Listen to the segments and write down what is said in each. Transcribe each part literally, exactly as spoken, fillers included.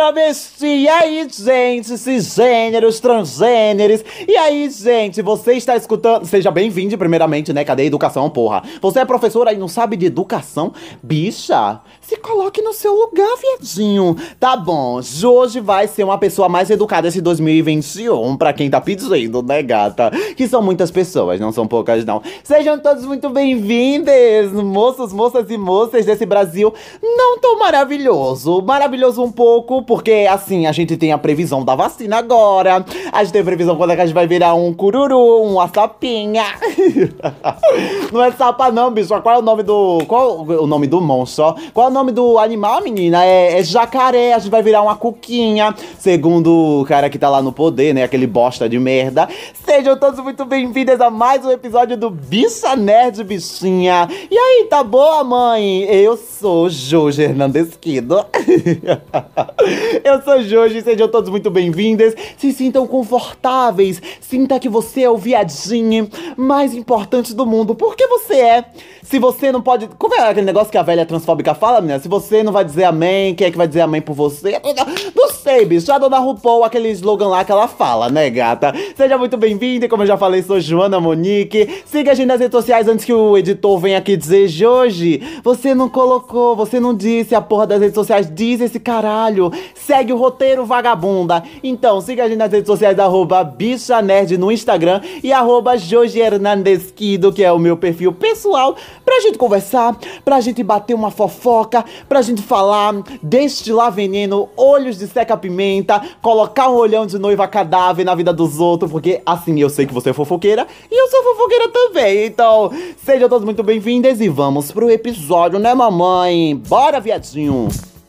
travesti, e aí, gente, cisgêneros, transgêneros, e aí, gente, você está escutando, seja bem-vindo primeiramente, né, cadê a educação, porra? Você é professora e não sabe de educação? Bicha, se coloque no seu lugar, viadinho. Tá bom, hoje vai ser uma pessoa mais educada esse dois mil e vinte e um, pra quem tá pedindo, né, gata? Que são muitas pessoas, não são poucas, não. Sejam todos muito bem-vindos, moços, moças e moças desse Brasil não tão maravilhoso. Maravilhoso um pouco, porque, assim, a gente tem a previsão da vacina agora. A gente tem a previsão quando é que a gente vai virar um cururu, uma sapinha. Não é sapa não, bicho. Qual é o nome do... Qual é o nome do monstro? Qual é o nome do animal, menina? É, é jacaré. A gente vai virar uma cuquinha. Segundo o cara que tá lá no poder, né? Aquele bosta de merda. Sejam todos muito bem-vindos a mais um episódio do Bicha Nerd, bichinha. E aí, tá boa, mãe? Eu sou Jojo Hernandesquido. Eu sou Jojo e sejam todos muito bem-vindos. Se sintam confortáveis. Sinta que você é o viadinho mais importante do mundo. Porque você é. Se você não pode... Como é aquele negócio que a velha transfóbica fala, menina? Se você não vai dizer amém, quem é que vai dizer amém por você? Não sei, bicho. A dona RuPaul, aquele slogan lá que ela fala, né, gata? Seja muito bem-vinda. Como eu já falei, sou Joana Monique. Siga a gente nas redes sociais antes que o editor venha aqui dizer, Joji, você não colocou, você não disse a porra das redes sociais. Diz esse caralho. Segue o roteiro, vagabunda. Então, siga a gente nas redes sociais, arroba Bicha Nerd no Instagram e arroba Joji Hernandesquido, que é o meu perfil pessoal, pra gente conversar, pra gente bater uma fofoca, pra gente falar, destilar veneno, olhos de seca-pimenta, colocar um olhão de noiva cadáver na vida dos outros, porque assim, eu sei que você é fofoqueira e eu sou fofoqueira também. Então, sejam todos muito bem-vindos e vamos pro episódio, né, mamãe? Bora, viadinho!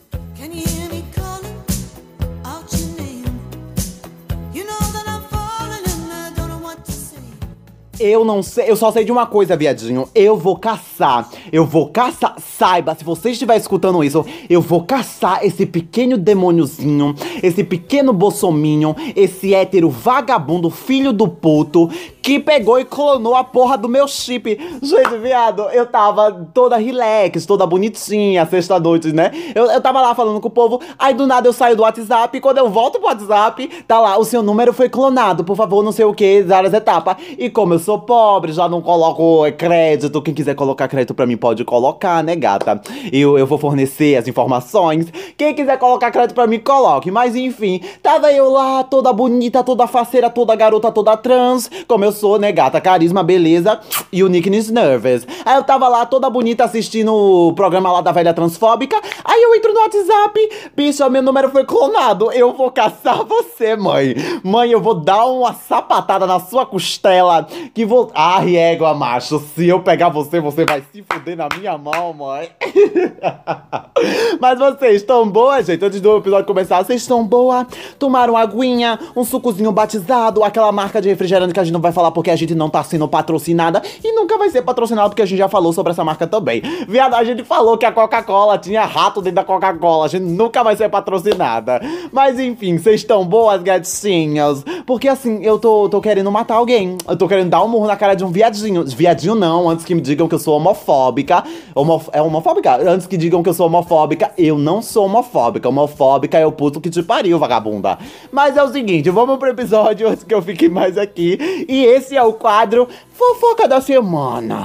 Eu não sei, eu só sei de uma coisa, viadinho. Eu vou caçar, eu vou caçar. Saiba, se você estiver escutando isso, eu vou caçar esse pequeno demôniozinho, esse pequeno bolsominion, esse hétero vagabundo, filho do puto, que pegou e clonou a porra do meu chip. Gente, viado, eu tava toda relax, toda bonitinha, sexta-noite, né? Eu, eu tava lá falando com o povo, aí do nada eu saio do WhatsApp, e quando eu volto pro WhatsApp, tá lá, o seu número foi clonado, por favor, não sei o que, várias etapas. E como eu sou pobre, já não coloco crédito, quem quiser colocar crédito pra mim pode colocar, né, gata? Eu, eu vou fornecer as informações, quem quiser colocar crédito pra mim, coloque. Mas enfim, tava eu lá, toda bonita, toda faceira, toda garota, toda trans, como eu sou, né, gata? Carisma, beleza e uniqueness nervous. Aí eu tava lá, toda bonita, assistindo o programa lá da velha transfóbica, aí eu entro no WhatsApp, bicho, meu número foi clonado, eu vou caçar você, mãe. Mãe, eu vou dar uma sapatada na sua costela, que vou... Ah, égua, macho, se eu pegar você, você vai se fuder na minha mão, mãe. Mas vocês estão boas, gente? Antes do episódio começar, vocês estão boas? Tomaram aguinha, um sucozinho batizado, aquela marca de refrigerante que a gente não vai falar porque a gente não tá sendo patrocinada e nunca vai ser patrocinado porque a gente já falou sobre essa marca também. Viado, a gente falou que a Coca-Cola tinha rato dentro da Coca-Cola, a gente nunca vai ser patrocinada. Mas enfim, vocês estão boas, gatinhas? Porque assim, eu tô, tô querendo matar alguém, eu tô querendo dar um murro na cara de um viadinho. Viadinho não, antes que me digam que eu sou homofóbica. Homof... É homofóbica? Antes que digam que eu sou homofóbica, eu não sou homofóbica. Homofóbica é o puto que te pariu, vagabunda. Mas é o seguinte, vamos pro episódio antes que eu fique mais aqui. E esse é o quadro Fofoca da Semana.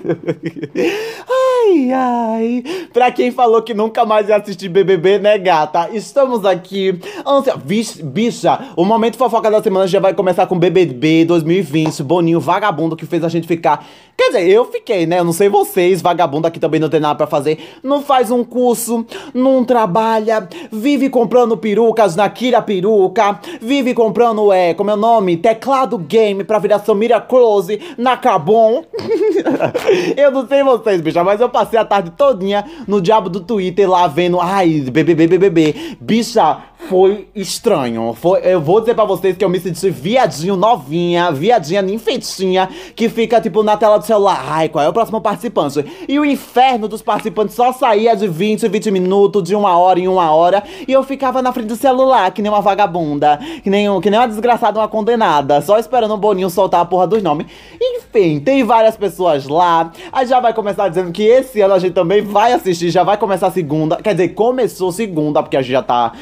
Ai, ai. Pra quem falou que nunca mais ia assistir B B B, né, gata? Estamos aqui. Ânsia, bicha, o momento Fofoca da Semana já vai começar com B B B dois mil e vinte. Boninho vagabundo que fez a gente ficar... Quer dizer, eu fiquei, né? Eu não sei vocês, vagabundo aqui também não tem nada pra fazer. Não faz um curso, não trabalha, vive comprando perucas na Kira Peruca, vive comprando, é, como é o nome? Teclado game pra virar Samira Close na Cabum. Eu não sei vocês, bicha, mas eu passei a tarde todinha no diabo do Twitter lá vendo, ai, B B B, B B B. Bicha, foi estranho. Foi, eu vou dizer pra vocês que eu me senti viadinho novinha, viadinha ninfetinha, que fica, tipo, na tela do celular. Ai, qual é o próximo participante? E o inferno dos participantes só saía de vinte, vinte minutos, de uma hora em uma hora. E eu ficava na frente do celular, que nem uma vagabunda, que nem, um, que nem uma desgraçada, uma condenada, só esperando o Boninho soltar a porra dos nomes. Enfim, tem várias pessoas lá. Aí já vai começar dizendo que esse ano a gente também vai assistir, já vai começar segunda. Quer dizer, começou segunda, porque a gente já tá na quarta.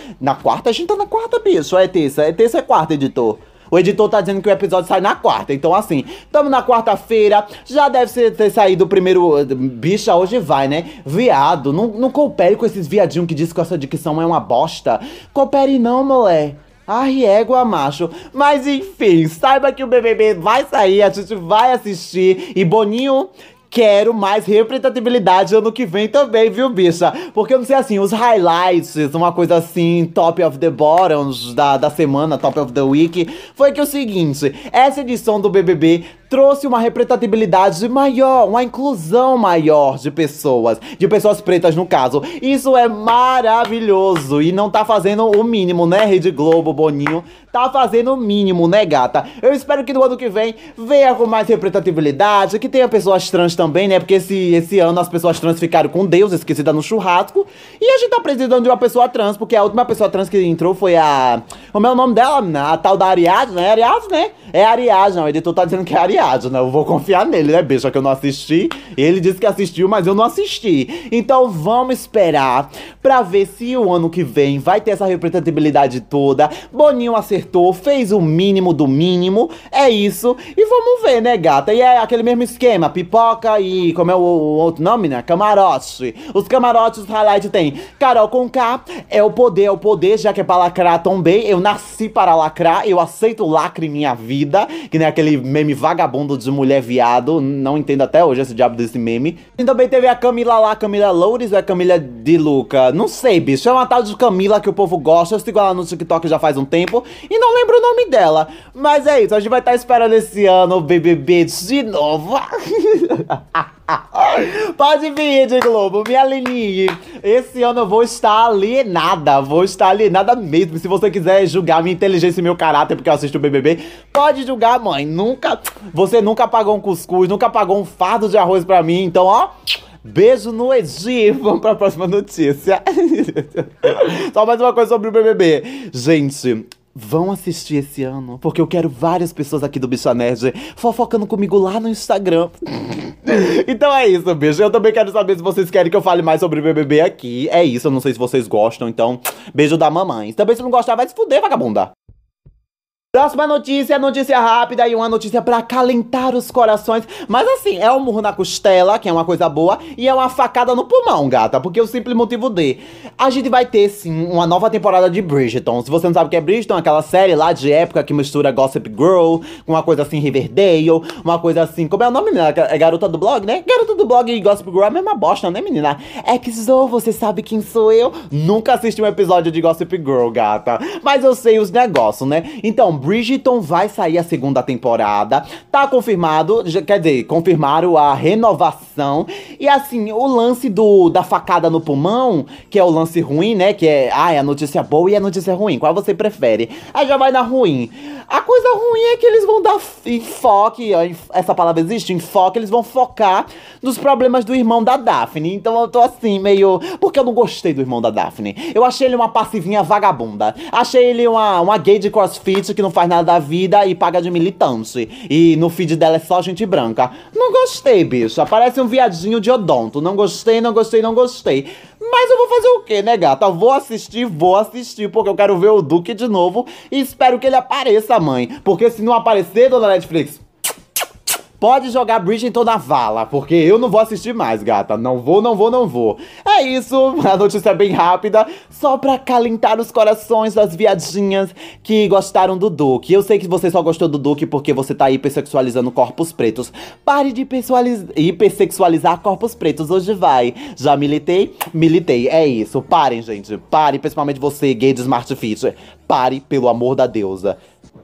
quarta? A gente tá na quarta, bicho. Ou é terça? É terça ou é quarta, editor? O editor tá dizendo que o episódio sai na quarta. Então, assim, tamo na quarta-feira. Já deve ser, ter saído o primeiro... Bicha, hoje vai, né? Viado. Não, não coopere com esses viadinhos que dizem que essa dicção é uma bosta. Coopere não, mulher. Ai, égua, macho. Mas, enfim, saiba que o B B B vai sair. A gente vai assistir. E Boninho... Quero mais representatividade ano que vem também, viu, bicha? Porque eu não sei, assim, os highlights, uma coisa assim, top of the bottoms da, da semana, top of the week, foi que o seguinte, essa edição do B B B trouxe uma representatividade maior, uma inclusão maior de pessoas, de pessoas pretas no caso. Isso é maravilhoso e não tá fazendo o mínimo, né, Rede Globo, Boninho? Tá fazendo o mínimo, né, gata? Eu espero que no ano que vem venha com mais representatividade, que tenha pessoas trans também, né? Porque esse, esse ano as pessoas trans ficaram com Deus, esquecida no churrasco. E a gente tá precisando de uma pessoa trans, porque a última pessoa trans que entrou foi a... Como é o nome dela, menina? A tal da Ariadne, né? Ariadne, né? É Ariadne, o editor tá dizendo que é Ariadne, né? Eu vou confiar nele, né, bicho? Que eu não assisti. Ele disse que assistiu, mas eu não assisti. Então vamos esperar pra ver se o ano que vem vai ter essa representatividade toda. Boninho acertou, fez o mínimo do mínimo. É isso. E vamos ver, né, gata? E é aquele mesmo esquema, pipoca e... Como é o, o outro nome, né? Camarote. Os camarotes, os highlights tem Carol Conká, é o poder, é o poder, já que é pra lacrar também. Eu nasci para lacrar, eu aceito lacre em minha vida. Que nem aquele meme vagabundo de mulher viado. Não entendo até hoje esse diabo desse meme. E também teve a Camila lá, Camila Loures ou é Camila de Luca? Não sei, bicho. É uma tal de Camila que o povo gosta. Eu sigo ela no TikTok já faz um tempo. E não lembro o nome dela. Mas é isso, a gente vai estar esperando esse ano o B B B de novo. Pode vir, Rede Globo, me alinhe. Esse ano eu vou estar alienada. Vou estar alienada mesmo. Se você quiser julgar minha inteligência e meu caráter porque eu assisto o B B B, pode julgar, mãe. Nunca, você nunca pagou um cuscuz, nunca pagou um fardo de arroz pra mim. Então, ó, beijo no Edi. Vamos pra próxima notícia. Só mais uma coisa sobre o B B B. Gente... Vão assistir esse ano, porque eu quero várias pessoas aqui do Bicha Nerd fofocando comigo lá no Instagram. Então é isso, bicho. Eu também quero saber se vocês querem que eu fale mais sobre o B B B aqui. É isso, eu não sei se vocês gostam, então beijo da mamãe. Também se não gostar, vai se fuder, vagabunda. Próxima notícia, notícia rápida e uma notícia pra acalentar os corações. Mas assim, é um murro na costela, que é uma coisa boa, e é uma facada no pulmão, gata, porque o simples motivo de... A gente vai ter, sim, uma nova temporada de Bridgerton. Se você não sabe o que é Bridgerton, é aquela série lá de época que mistura Gossip Girl com uma coisa assim, Riverdale, uma coisa assim... Como é o nome, menina? É Garota do Blog, né? Garota do Blog e Gossip Girl é a mesma bosta, né, menina? É que sou, você sabe quem sou eu? Nunca assisti um episódio de Gossip Girl, gata. Mas eu sei os negócios, né? Então, Bridgerton vai sair a segunda temporada. Tá confirmado, já, quer dizer, confirmaram a renovação. E assim, o lance do, da facada no pulmão, que é o lance ruim, né? Que é, ah, é a notícia boa e a notícia ruim. Qual você prefere? Aí já vai na ruim. A coisa ruim é que eles vão dar enfoque, essa palavra existe? Enfoque, eles vão focar nos problemas do irmão da Daphne. Então eu tô assim, meio... Porque eu não gostei do irmão da Daphne. Eu achei ele uma passivinha vagabunda. Achei ele uma, uma gay de crossfit que não faz nada da vida e paga de militante. E no feed dela é só gente branca. Não gostei, bicha. Parece um viadinho de odonto. Não gostei, não gostei, não gostei. Mas eu vou fazer o quê, né, gata? Vou assistir, vou assistir, porque eu quero ver o Duque de novo. E espero que ele apareça, mãe. Porque se não aparecer, dona Netflix... Pode jogar Bridgerton na vala, porque eu não vou assistir mais, gata. Não vou, não vou, não vou. É isso, a notícia é bem rápida, só pra calentar os corações das viadinhas que gostaram do Duque. Eu sei que você só gostou do Duque porque você tá hipersexualizando corpos pretos. Pare de hipersexualizar corpos pretos, hoje vai. Já militei? Militei, é isso. Parem, gente, pare, principalmente você, gay de Smart Fit. Pare, pelo amor da deusa.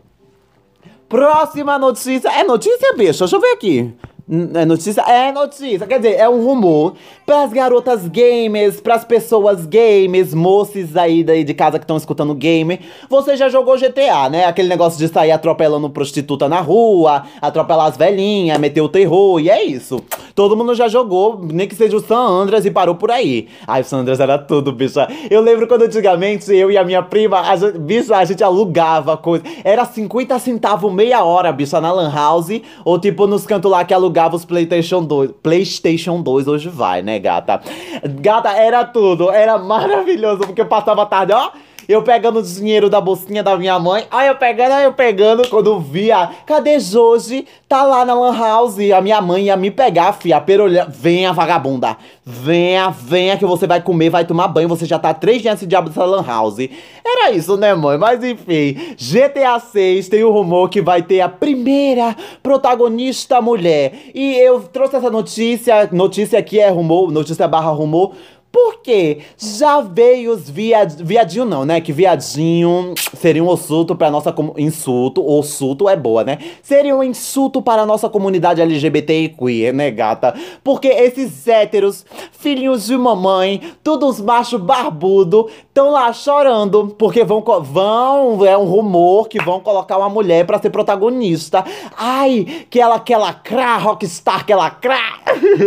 Próxima notícia. É notícia, bicho? Deixa eu ver aqui. É notícia? É notícia. Quer dizer, é um rumor pras garotas gamers, pras pessoas gamers, moças aí daí de casa que estão escutando game. Você já jogou G T A, né? Aquele negócio de sair atropelando prostituta na rua, atropelar as velhinhas, meter o terror, e é isso. Todo mundo já jogou, nem que seja o San Andreas e parou por aí. Ai, o San Andreas era tudo, bicha. Eu lembro quando antigamente eu e a minha prima, a gente, bicha, a gente alugava coisa. Era cinquenta centavos meia hora, bicha, na Lan House, ou tipo nos cantos lá que alugava os PlayStation dois. PlayStation dois hoje vai, né, gata? Gata, era tudo. Era maravilhoso, porque eu passava a tarde, ó, Eu pegando o dinheiro da bolsinha da minha mãe. Aí eu pegando, aí eu pegando. Quando via, cadê Joji? Tá lá na lan house. A minha mãe ia me pegar, fia. Perolha. Venha, vagabunda. Venha, venha que você vai comer, vai tomar banho. Você já tá três dias nesse diabo dessa lan house. Era isso, né, mãe? Mas enfim. G T A seis tem o rumor que vai ter a primeira protagonista mulher. E eu trouxe essa notícia. Notícia aqui é rumor. Notícia barra rumor. Porque já veio os viad... viadinho não, né? Que viadinho seria um insulto pra nossa... Com... Insulto, insulto é boa, né? Seria um insulto para a nossa comunidade L G B T I queer, né, gata? Porque esses héteros, filhinhos de mamãe, todos machos barbudo, estão lá chorando. Porque vão... vão... É um rumor que vão colocar uma mulher pra ser protagonista. Ai, que ela quer lacrar, rockstar quer lacrar.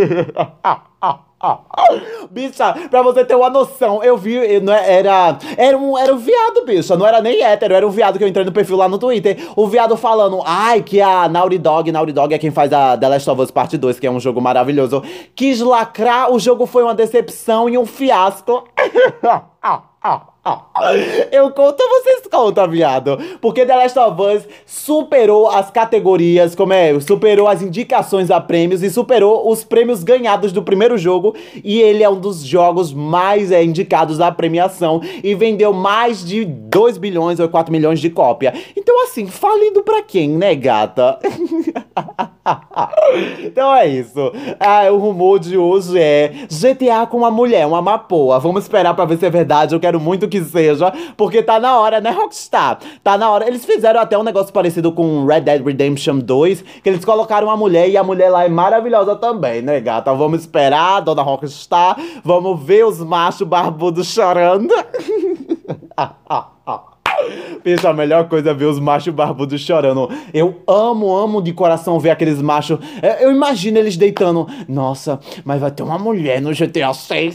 Bicha, pra você ter uma noção, eu vi, eu não é- era, era um, era um viado, bicha, não era nem hétero, era um viado que eu entrei no perfil lá no Twitter, o viado falando, ai, que a Naughty Dog, Naughty Dog é quem faz a The Last of Us Part dois, que é um jogo maravilhoso, quis lacrar, o jogo foi uma decepção e um fiasco. Eu conto, vocês contam, viado. Porque The Last of Us superou as categorias, como é? Superou as indicações a prêmios e superou os prêmios ganhados do primeiro jogo. E ele é um dos jogos mais é, indicados à premiação. E vendeu mais de dois bilhões ou quatro milhões de cópia. Então assim, falido pra quem, né, gata? Então é isso. Ah, o rumor de hoje é G T A com uma mulher, uma mapoa. Vamos esperar pra ver se é verdade. Eu quero muito que seja, porque tá na hora, né, Rockstar? Tá na hora. Eles fizeram até um negócio parecido com Red Dead Redemption dois, que eles colocaram uma mulher e a mulher lá é maravilhosa também, né, gata? Vamos esperar, dona Rockstar. Vamos ver os machos barbudos chorando. Bicho, a melhor coisa é ver os machos barbudos chorando. Eu amo, amo de coração ver aqueles machos. Eu imagino eles deitando. Nossa, mas vai ter uma mulher no G T A seis.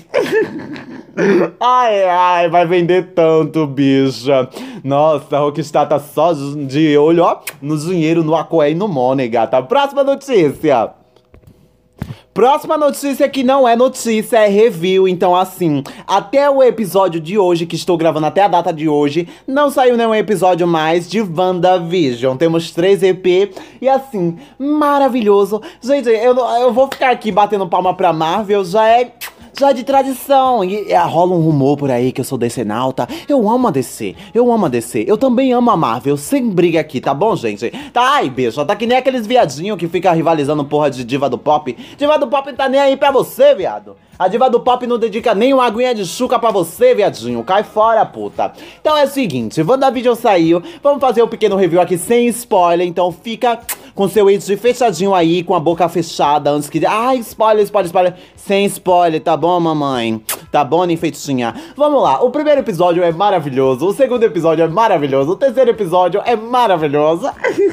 Ai, ai, vai vender tanto, bicha. Nossa, a Rockstar tá só de olho, ó, no dinheiro, no Aqué e no Money, gata. Próxima notícia. Próxima notícia que não é notícia, é review. Então assim, até o episódio de hoje, que estou gravando até a data de hoje, não saiu nenhum episódio mais de WandaVision. Temos três E P e assim, maravilhoso. Gente, eu, eu vou ficar aqui batendo palma pra Marvel, já é... Já é de tradição, e, e rola um rumor por aí que eu sou decenalta. Eu amo a D C, eu amo a D C. Eu também amo a Marvel, sem briga aqui, tá bom, gente? Tá, ai, bicho, tá que nem aqueles viadinhos que fica rivalizando porra de diva do pop. Diva do pop não tá nem aí pra você, viado. A diva do pop não dedica nem uma aguinha de chuca pra você, viadinho. Cai fora, puta. Então é o seguinte, WandaVision saiu. Vamos fazer um pequeno review aqui sem spoiler. Então fica com seu índice fechadinho aí, com a boca fechada, antes que... Ai, spoiler, spoiler, spoiler. Sem spoiler, tá bom, mamãe? Tá bom, enfeitinha? Vamos lá, o primeiro episódio é maravilhoso. O segundo episódio é maravilhoso. O terceiro episódio é maravilhoso.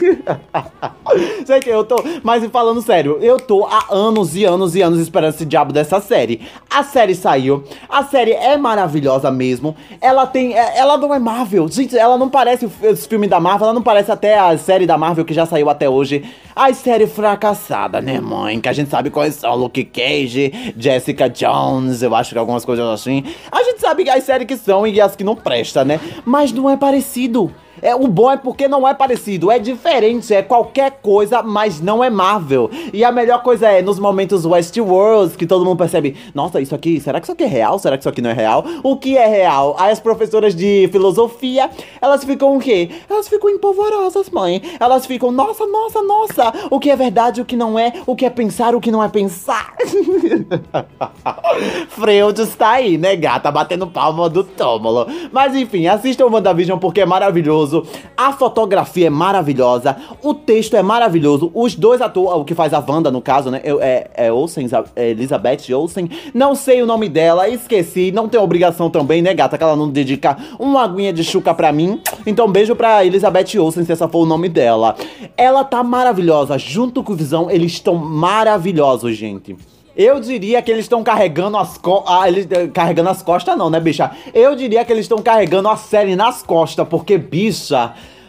Gente, eu tô... Mas falando sério, eu tô há anos e anos e anos esperando esse diabo dessa série. A série saiu. A série é maravilhosa mesmo. Ela tem... Ela não é Marvel. Gente, ela não parece os filmes da Marvel. Ela não parece até a série da Marvel que já saiu até hoje. A série fracassada, né, mãe? Que a gente sabe quais são. Luke Cage, Jessica Jones, eu acho que algumas coisas assim. A gente sabe as séries que são e as que não prestam, né? Mas não é parecido. É, o bom é porque não é parecido, é diferente, é qualquer coisa, mas não é Marvel. E a melhor coisa é, nos momentos Westworld, que todo mundo percebe, nossa, isso aqui, será que isso aqui é real? Será que isso aqui não é real? O que é real? Aí as professoras de filosofia, elas ficam o quê? Elas ficam empolvorosas, mãe. Elas ficam, nossa, nossa, nossa, o que é verdade, o que não é, o que é pensar, o que não é pensar. Freud está aí, né, gata, batendo palma do túmulo. Mas enfim, assistam o WandaVision porque é maravilhoso. A fotografia é maravilhosa, o texto é maravilhoso, os dois atores, o que faz a Wanda no caso, né, é, é Olsen, é Elizabeth Olsen, não sei o nome dela, esqueci, não tenho obrigação também, né, gata, que ela não dedica uma aguinha de chuca pra mim, então beijo pra Elizabeth Olsen, se essa for o nome dela. Ela tá maravilhosa, junto com o Visão, eles estão maravilhosos, gente. Eu diria que eles estão carregando as costas. Ah, eles carregando as costas não, né, bicha? Eu diria que eles estão carregando a série nas costas, porque, bicha,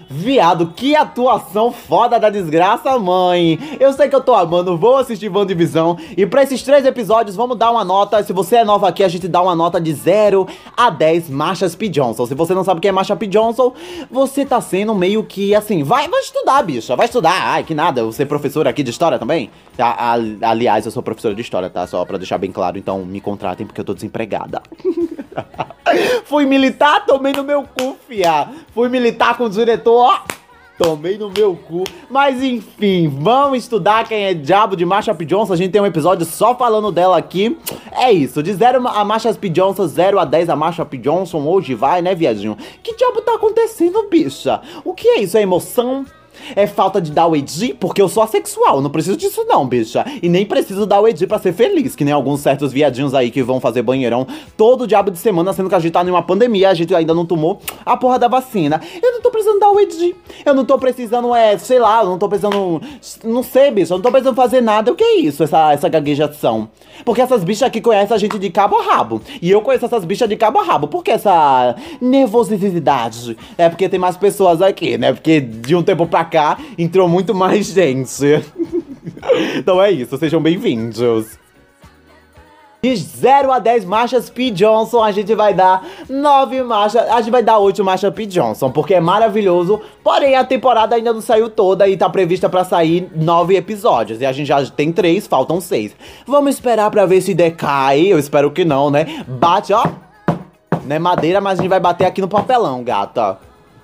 Viado, que atuação foda da desgraça, mãe. Eu sei que eu tô amando, vou assistir WandaVision. E pra esses três episódios, vamos dar uma nota. Se você é nova aqui, a gente dá uma nota de zero a dez Marsha P. Johnson. Se você não sabe quem é Marsha P. Johnson, você tá sendo meio que assim, vai, vai estudar, bicha, vai estudar. Ai, que nada, você é professora aqui de história também? A, a, aliás, eu sou professora de história, tá? Só pra deixar bem claro, então me contratem porque eu tô desempregada. Fui militar, tomei no meu cu, fia. Fui militar com o diretor, ó. Tomei no meu cu. Mas enfim, vamos estudar quem é diabo de Marsha P. Johnson. A gente tem um episódio só falando dela aqui. É isso, de zero a Marsha P. Johnson, zero a dez a Marsha P. Johnson. Hoje vai, né, viadinho? Que diabo tá acontecendo, bicha? O que é isso? É emoção? É falta de dar o edi? Porque eu sou assexual, não preciso disso não, bicha. E nem preciso dar o edi pra ser feliz, que nem alguns certos viadinhos aí que vão fazer banheirão todo diabo de semana, sendo que a gente tá numa pandemia, a gente ainda não tomou a porra da vacina. Eu não tô precisando dar o edi. Eu não tô precisando, é, sei lá, eu não tô precisando, não sei, bicha, eu não tô precisando fazer nada. O que é isso, essa, essa gaguejação? Porque essas bichas aqui conhecem a gente de cabo a rabo. E eu conheço essas bichas de cabo a rabo. Por que essa nervosidade? É porque tem mais pessoas aqui, né? Porque de um tempo pra cá entrou muito mais gente. Então é isso, sejam bem-vindos. De zero a dez Marshas P. Johnson, a gente vai dar nove Marsha, a gente vai dar oito Marsha P. Johnson, porque é maravilhoso, porém a temporada ainda não saiu toda e tá prevista pra sair nove episódios, e a gente já tem três, faltam seis. Vamos esperar pra ver se decai, eu espero que não, né? Bate, ó, não é madeira, mas a gente vai bater aqui no papelão, gata.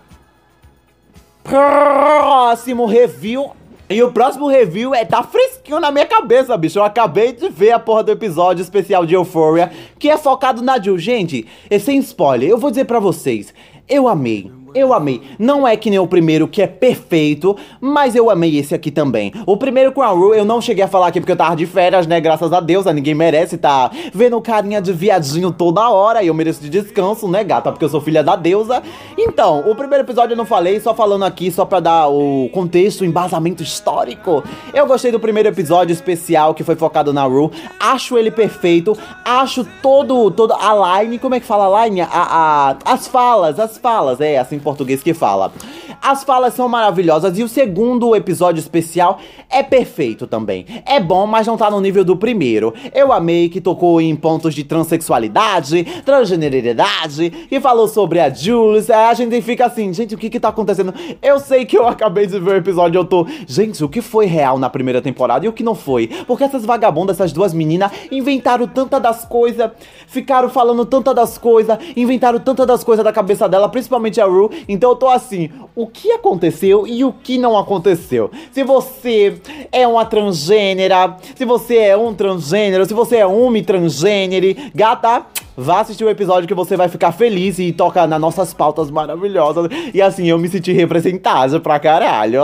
Próximo review. E o próximo review é tá fresquinho na minha cabeça, bicho. Eu acabei de ver a porra do episódio especial de Euphoria, que é focado na Jill. Gente, é sem spoiler, eu vou dizer pra vocês, eu amei. Eu amei. Não é que nem o primeiro, que é perfeito, mas eu amei esse aqui também. O primeiro com a Rue, eu não cheguei a falar aqui porque eu tava de férias, né? Graças a Deus, ninguém merece tá vendo carinha de viadinho toda hora. E eu mereço de descanso, né, gata? Porque eu sou filha da deusa. Então, o primeiro episódio eu não falei, só falando aqui, só pra dar o contexto, o embasamento histórico. Eu gostei do primeiro episódio especial, que foi focado na Rue. Acho ele perfeito. Acho todo, todo a line, como é que fala a line? A, a, as falas, as falas, é assim em português que fala. As falas são maravilhosas e o segundo episódio especial é perfeito também. É bom, mas não tá no nível do primeiro. Eu amei que tocou em pontos de transexualidade, transgeneridade, e falou sobre a Jules. A gente fica assim, gente, o que que tá acontecendo? Eu sei que eu acabei de ver o episódio e eu tô, gente, o que foi real na primeira temporada e o que não foi? Porque essas vagabundas, essas duas meninas, inventaram tanta das coisas, ficaram falando tanta das coisas, inventaram tanta das coisas da cabeça dela, principalmente a Rue. Então eu tô assim, o que aconteceu e o que não aconteceu? Se você é uma transgênera, se você é um transgênero, se você é uma transgênero, gata, vá assistir o episódio que você vai ficar feliz e toca nas nossas pautas maravilhosas. E assim, eu me senti representada pra caralho.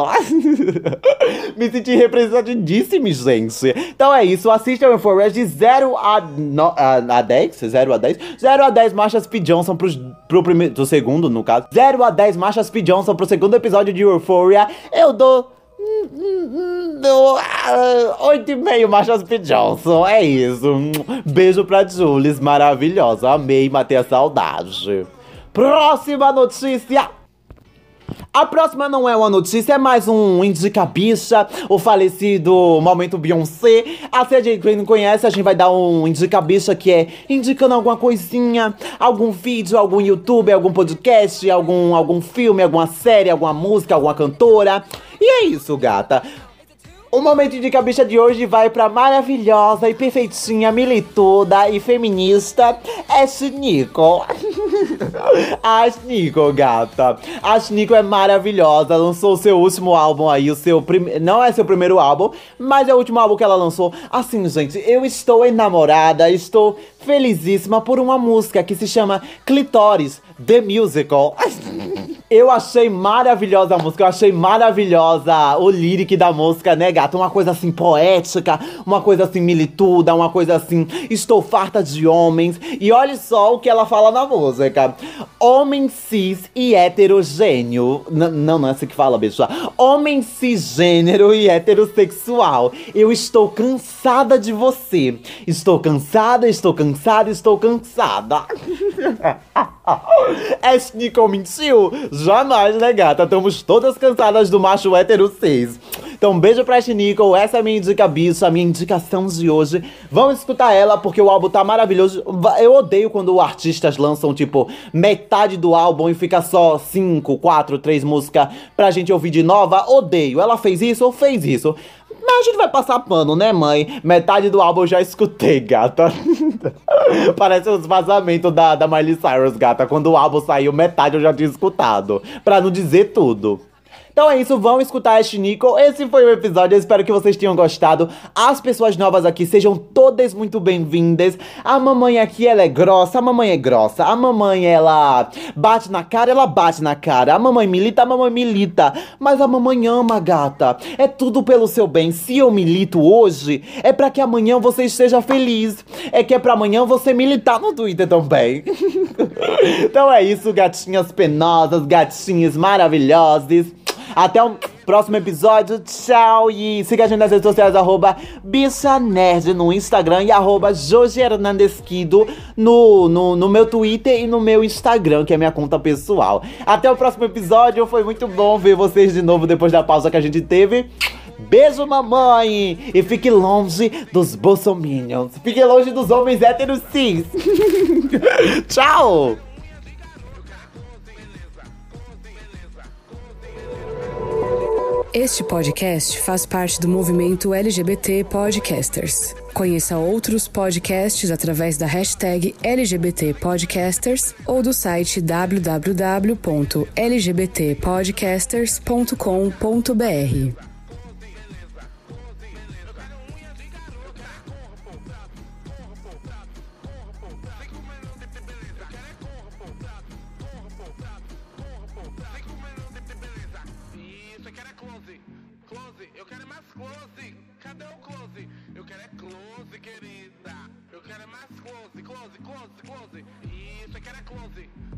Me senti representadíssima, gente. Então é isso, assista o Euphoria de zero a, no, a, a dez, zero a dez, zero a dez Marshas P. Johnson pro, pro primeiro, do segundo, no caso. zero a dez Marshas P. Johnson pro segundo episódio de Euphoria. Eu dou... dou oito e meio Marshas P. Johnson, é isso. Beijo pra Jules, maravilhosa. Amei, matei a saudade. Próxima notícia. A próxima não é uma notícia, é mais um indica-bicha, o falecido Momento Beyoncé. A C J quem não conhece, a gente vai dar um indica-bicha que é indicando alguma coisinha, algum vídeo, algum YouTube, algum podcast, algum, algum filme, alguma série, alguma música, alguma cantora. E é isso, gata. O momento de cabeça de hoje vai pra maravilhosa e perfeitinha, milituda e feminista Ash Nico. Ash Nico, gata. Ash Nico é maravilhosa, lançou o seu último álbum aí, o seu prim... não é seu primeiro álbum, mas é o último álbum que ela lançou. Assim, gente, eu estou enamorada, estou felizíssima por uma música que se chama Clitóris, The Musical. Eu achei maravilhosa a música, eu achei maravilhosa o lyric da música, né, gata? Uma coisa assim poética, uma coisa assim milituda, uma coisa assim, estou farta de homens. E olha só o que ela fala na música. Homem cis e heterogêneo. N não, não é assim que fala, bicho. Homem cisgênero e heterossexual. Eu estou cansada de você. Estou cansada, estou cansada, estou cansada. Ash Nicole mentiu? Jamais, né, gata? Estamos todas cansadas do macho hétero cis. Então, um beijo pra Ash Nicole. Essa é a minha indica bicha, a minha indicação de hoje. Vamos escutar ela, porque o álbum tá maravilhoso. Eu odeio quando artistas lançam, tipo, metade do álbum e fica só cinco, quatro, três músicas pra gente ouvir de nova. Odeio. Ela fez isso ou fez isso? Mas a gente vai passar pano, né, mãe? Metade do álbum eu já escutei, gata. Parece os vazamentos da, da Miley Cyrus, gata. Quando o álbum saiu, metade eu já tinha escutado. Pra não dizer tudo. Então é isso, vão escutar Ash Nicole. Esse foi o episódio, eu espero que vocês tenham gostado. As pessoas novas aqui, sejam todas muito bem-vindas. A mamãe aqui, ela é grossa, a mamãe é grossa. A mamãe, ela bate na cara, ela bate na cara. A mamãe milita, a mamãe milita. Mas a mamãe ama, gata. É tudo pelo seu bem. Se eu milito hoje, é pra que amanhã você esteja feliz. É que é pra amanhã você militar no Twitter também. Então é isso, gatinhas penosas, gatinhas maravilhosas. Até o próximo episódio, tchau! E siga a gente nas redes sociais, arroba Bicha Nerd no Instagram e arroba Joji Hernandesquido no, no, no meu Twitter e no meu Instagram, que é minha conta pessoal. Até o próximo episódio, foi muito bom ver vocês de novo depois da pausa que a gente teve. Beijo, mamãe! E fique longe dos bolsominions. Fique longe dos homens héteros cis. Tchau! Este podcast faz parte do movimento L G B T Podcasters. Conheça outros podcasts através da hashtag L G B T Podcasters ou do site w w w ponto l g b t podcasters ponto com ponto b r. Close, close, eu quero mais close. Cadê o close? Eu quero é close, querida. Eu quero é mais close, close, close, close. Isso, eu quero é close.